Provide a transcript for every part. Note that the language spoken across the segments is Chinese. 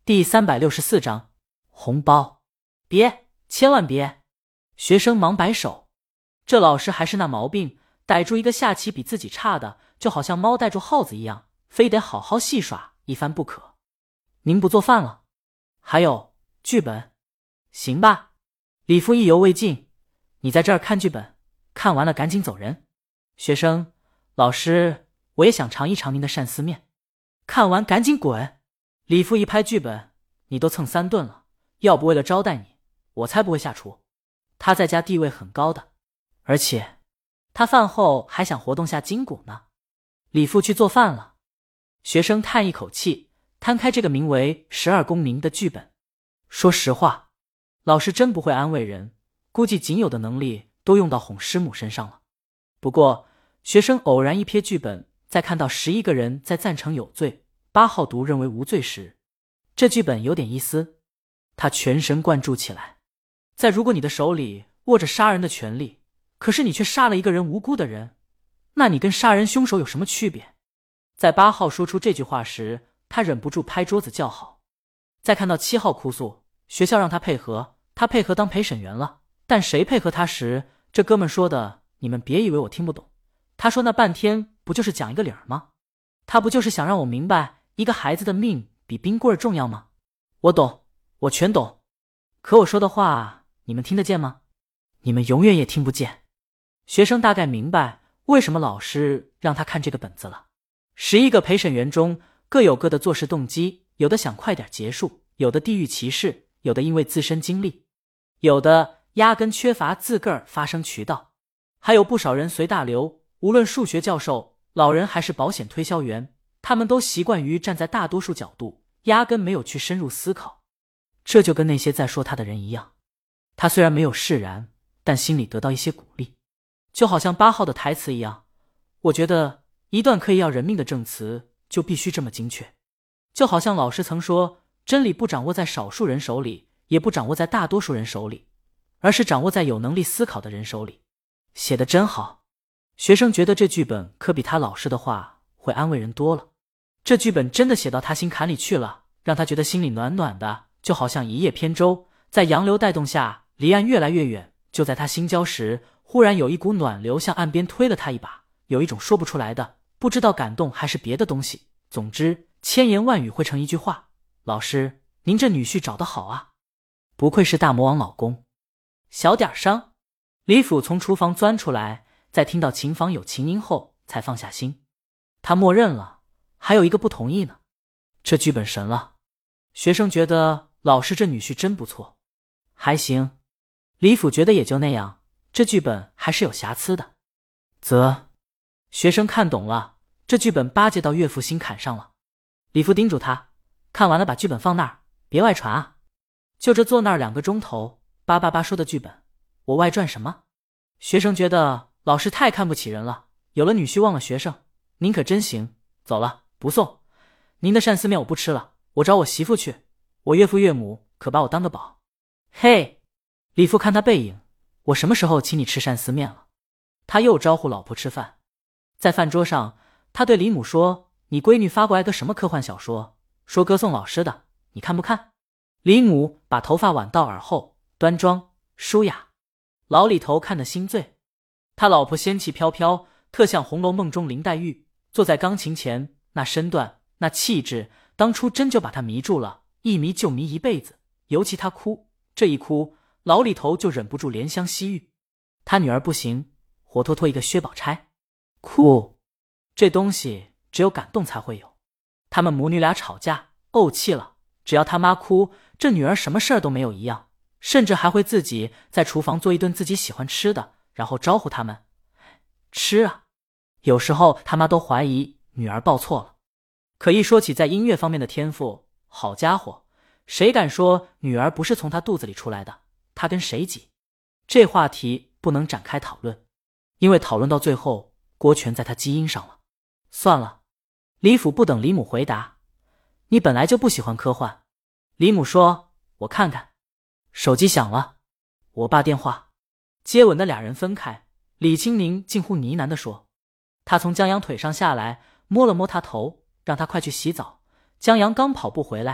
第364章红包。别，千万别！学生忙摆手。这老师还是那毛病，逮住一个下棋比自己差的，就好像猫逮住耗子一样，非得好好戏耍一番不可。您不做饭了？还有剧本？行吧。李父意犹未尽，你在这儿看剧本，看完了赶紧走人。学生，老师，我也想尝一尝您的鳝丝面。看完赶紧滚。李父一拍剧本，你都蹭3顿了，要不为了招待你，我才不会下厨。他在家地位很高的，而且他饭后还想活动下筋骨呢。李父去做饭了。学生叹一口气，摊开这个名为12公民的剧本。说实话，老师真不会安慰人，估计仅有的能力都用到哄师母身上了。不过学生偶然一瞥剧本，在看到11个人在赞成有罪，8号读认为无罪时，这剧本有点意思。他全神贯注起来。如果你的手里握着杀人的权利，可是你却杀了一个人无辜的人，那你跟杀人凶手有什么区别？在8号说出这句话时，他忍不住拍桌子叫好。在看到7号哭诉学校让他配合，他配合当陪审员了，但谁配合他时，这哥们说的你们别以为我听不懂，他说那半天不就是讲一个理儿吗？他不就是想让我明白一个孩子的命比冰棍重要吗？我懂，我全懂。可我说的话你们听得见吗？你们永远也听不见。学生大概明白为什么老师让他看这个本子了。11个陪审员中各有各的做事动机，有的想快点结束，有的地域歧视，有的因为自身经历，有的压根缺乏自个儿发声渠道，还有不少人随大流。无论数学教授、老人还是保险推销员，他们都习惯于站在大多数角度，压根没有去深入思考。这就跟那些在说他的人一样，他虽然没有释然，但心里得到一些鼓励。就好像8号的台词一样，我觉得一段可以要人命的证词就必须这么精确。就好像老师曾说，真理不掌握在少数人手里，也不掌握在大多数人手里，而是掌握在有能力思考的人手里。写得真好。学生觉得这剧本可比他老师的话会安慰人多了。这剧本真的写到他心坎里去了，让他觉得心里暖暖的，就好像一叶扁舟，在洋流带动下离岸越来越远。就在他心焦时，忽然有一股暖流向岸边推了他一把，有一种说不出来的，不知道感动还是别的东西。总之千言万语汇成一句话，老师，您这女婿找得好啊，不愧是大魔王老公。小点声。李府从厨房钻出来，在听到琴房有琴音后才放下心。他默认了，还有一个不同意呢。这剧本神了。学生觉得老师这女婿真不错。还行。李府觉得也就那样，这剧本还是有瑕疵的。学生看懂了，这剧本巴结到岳父心坎上了。李父叮嘱他，看完了把剧本放那儿，别外传啊。就这坐那儿2个钟头，叭叭叭说的剧本，我外传什么？学生觉得老师太看不起人了，有了女婿忘了学生，您可真行。走了，不送。您的鳝丝面我不吃了，我找我媳妇去，我岳父岳母可把我当个宝。嘿，李父看他背影，我什么时候请你吃鳝丝面了？他又招呼老婆吃饭。在饭桌上，他对李母说，你闺女发过来个什么科幻小说，说歌颂老师的，你看不看？李母把头发挽到耳后，端庄舒雅。老李头看得心醉。他老婆仙气飘飘，特像《红楼梦》中林黛玉，坐在钢琴前，那身段那气质，当初真就把他迷住了，一迷就迷一辈子。尤其他哭，这一哭，老李头就忍不住怜香惜玉。他女儿不行，活脱脱一个薛宝钗。哭这东西只有感动才会有。他们母女俩吵架怄气了，只要他妈哭，这女儿什么事儿都没有一样，甚至还会自己在厨房做一顿自己喜欢吃的，然后招呼他们吃啊。有时候他妈都怀疑女儿报错了。可一说起在音乐方面的天赋，好家伙，谁敢说女儿不是从他肚子里出来的？他跟谁挤？这话题不能展开讨论，因为讨论到最后，锅全在他基因上了。算了。李府不等李母回答，你本来就不喜欢科幻。李母说，我看看。手机响了，我爸电话。接吻的2人分开，李清宁近乎呢喃地说。他从江阳腿上下来，摸了摸他头，让他快去洗澡。江阳刚跑步回来，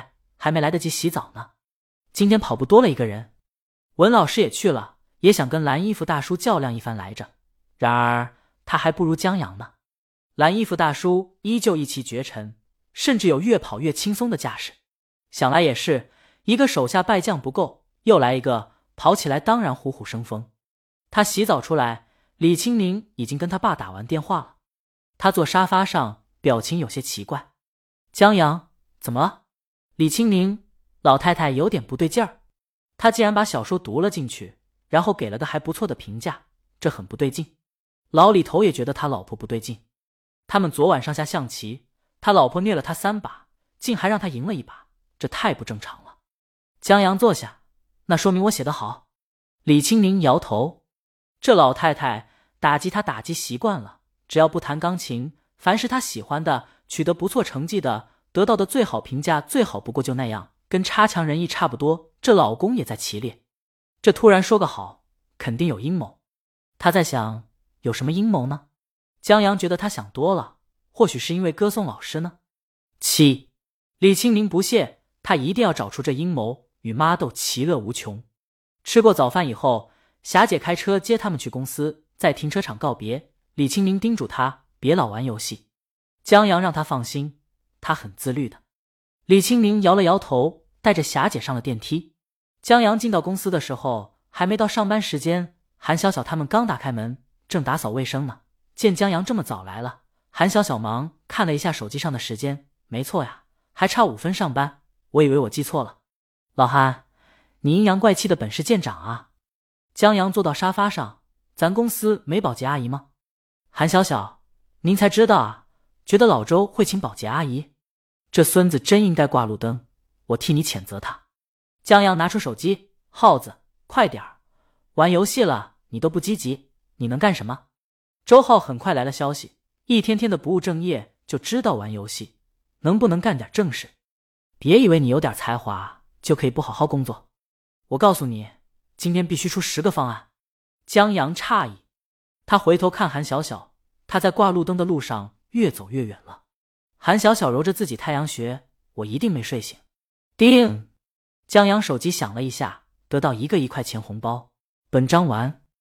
还没来得及洗澡呢。今天跑步多了一个人。文老师也去了，也想跟蓝衣服大叔较量一番来着，然而他还不如江阳呢。蓝衣服大叔依旧一骑绝尘，甚至有越跑越轻松的架势。想来也是，一个手下败将不够，又来一个，跑起来当然虎虎生风。他洗澡出来，李青宁已经跟他爸打完电话了。他坐沙发上，表情有些奇怪。江阳，怎么了？李青宁，老太太有点不对劲儿。他竟然把小说读了进去，然后给了个还不错的评价，这很不对劲。老李头也觉得他老婆不对劲。他们昨晚上下象棋，他老婆虐了他3把，竟还让他赢了1把，这太不正常了。江阳坐下，那说明我写得好。李青宁摇头，这老太太打击他打击习惯了，只要不弹钢琴，凡是他喜欢的，取得不错成绩的，得到的最好评价最好不过就那样，跟差强人意差不多。这老公也在其列，这突然说个好，肯定有阴谋。他在想，有什么阴谋呢？江阳觉得他想多了，或许是因为歌颂老师呢。李青宁不屑，他一定要找出这阴谋，与妈斗其乐无穷。吃过早饭以后，霞姐开车接他们去公司，在停车场告别。李青宁叮嘱他别老玩游戏，江阳让他放心，他很自律的。李青宁摇了摇头，带着霞姐上了电梯。江阳进到公司的时候，还没到上班时间，韩小小他们刚打开门，正打扫卫生呢。见江阳这么早来了，韩小小忙看了一下手机上的时间，没错呀，还差5分上班，我以为我记错了。老韩，你阴阳怪气的本事见长啊。江阳坐到沙发上，咱公司没保洁阿姨吗？韩小小，您才知道啊，觉得老周会请保洁阿姨？这孙子真应该挂路灯，我替你谴责他。江阳拿出手机，耗子，快点儿，玩游戏了你都不积极，你能干什么？周浩很快来了消息，一天天的不务正业，就知道玩游戏，能不能干点正事？别以为你有点才华就可以不好好工作，我告诉你，今天必须出10个方案。江阳诧异，他回头看韩小小，他在挂路灯的路上越走越远了。韩小小揉着自己太阳穴，我一定没睡醒。叮，江阳手机响了一下，得到1个1块钱红包。本章完。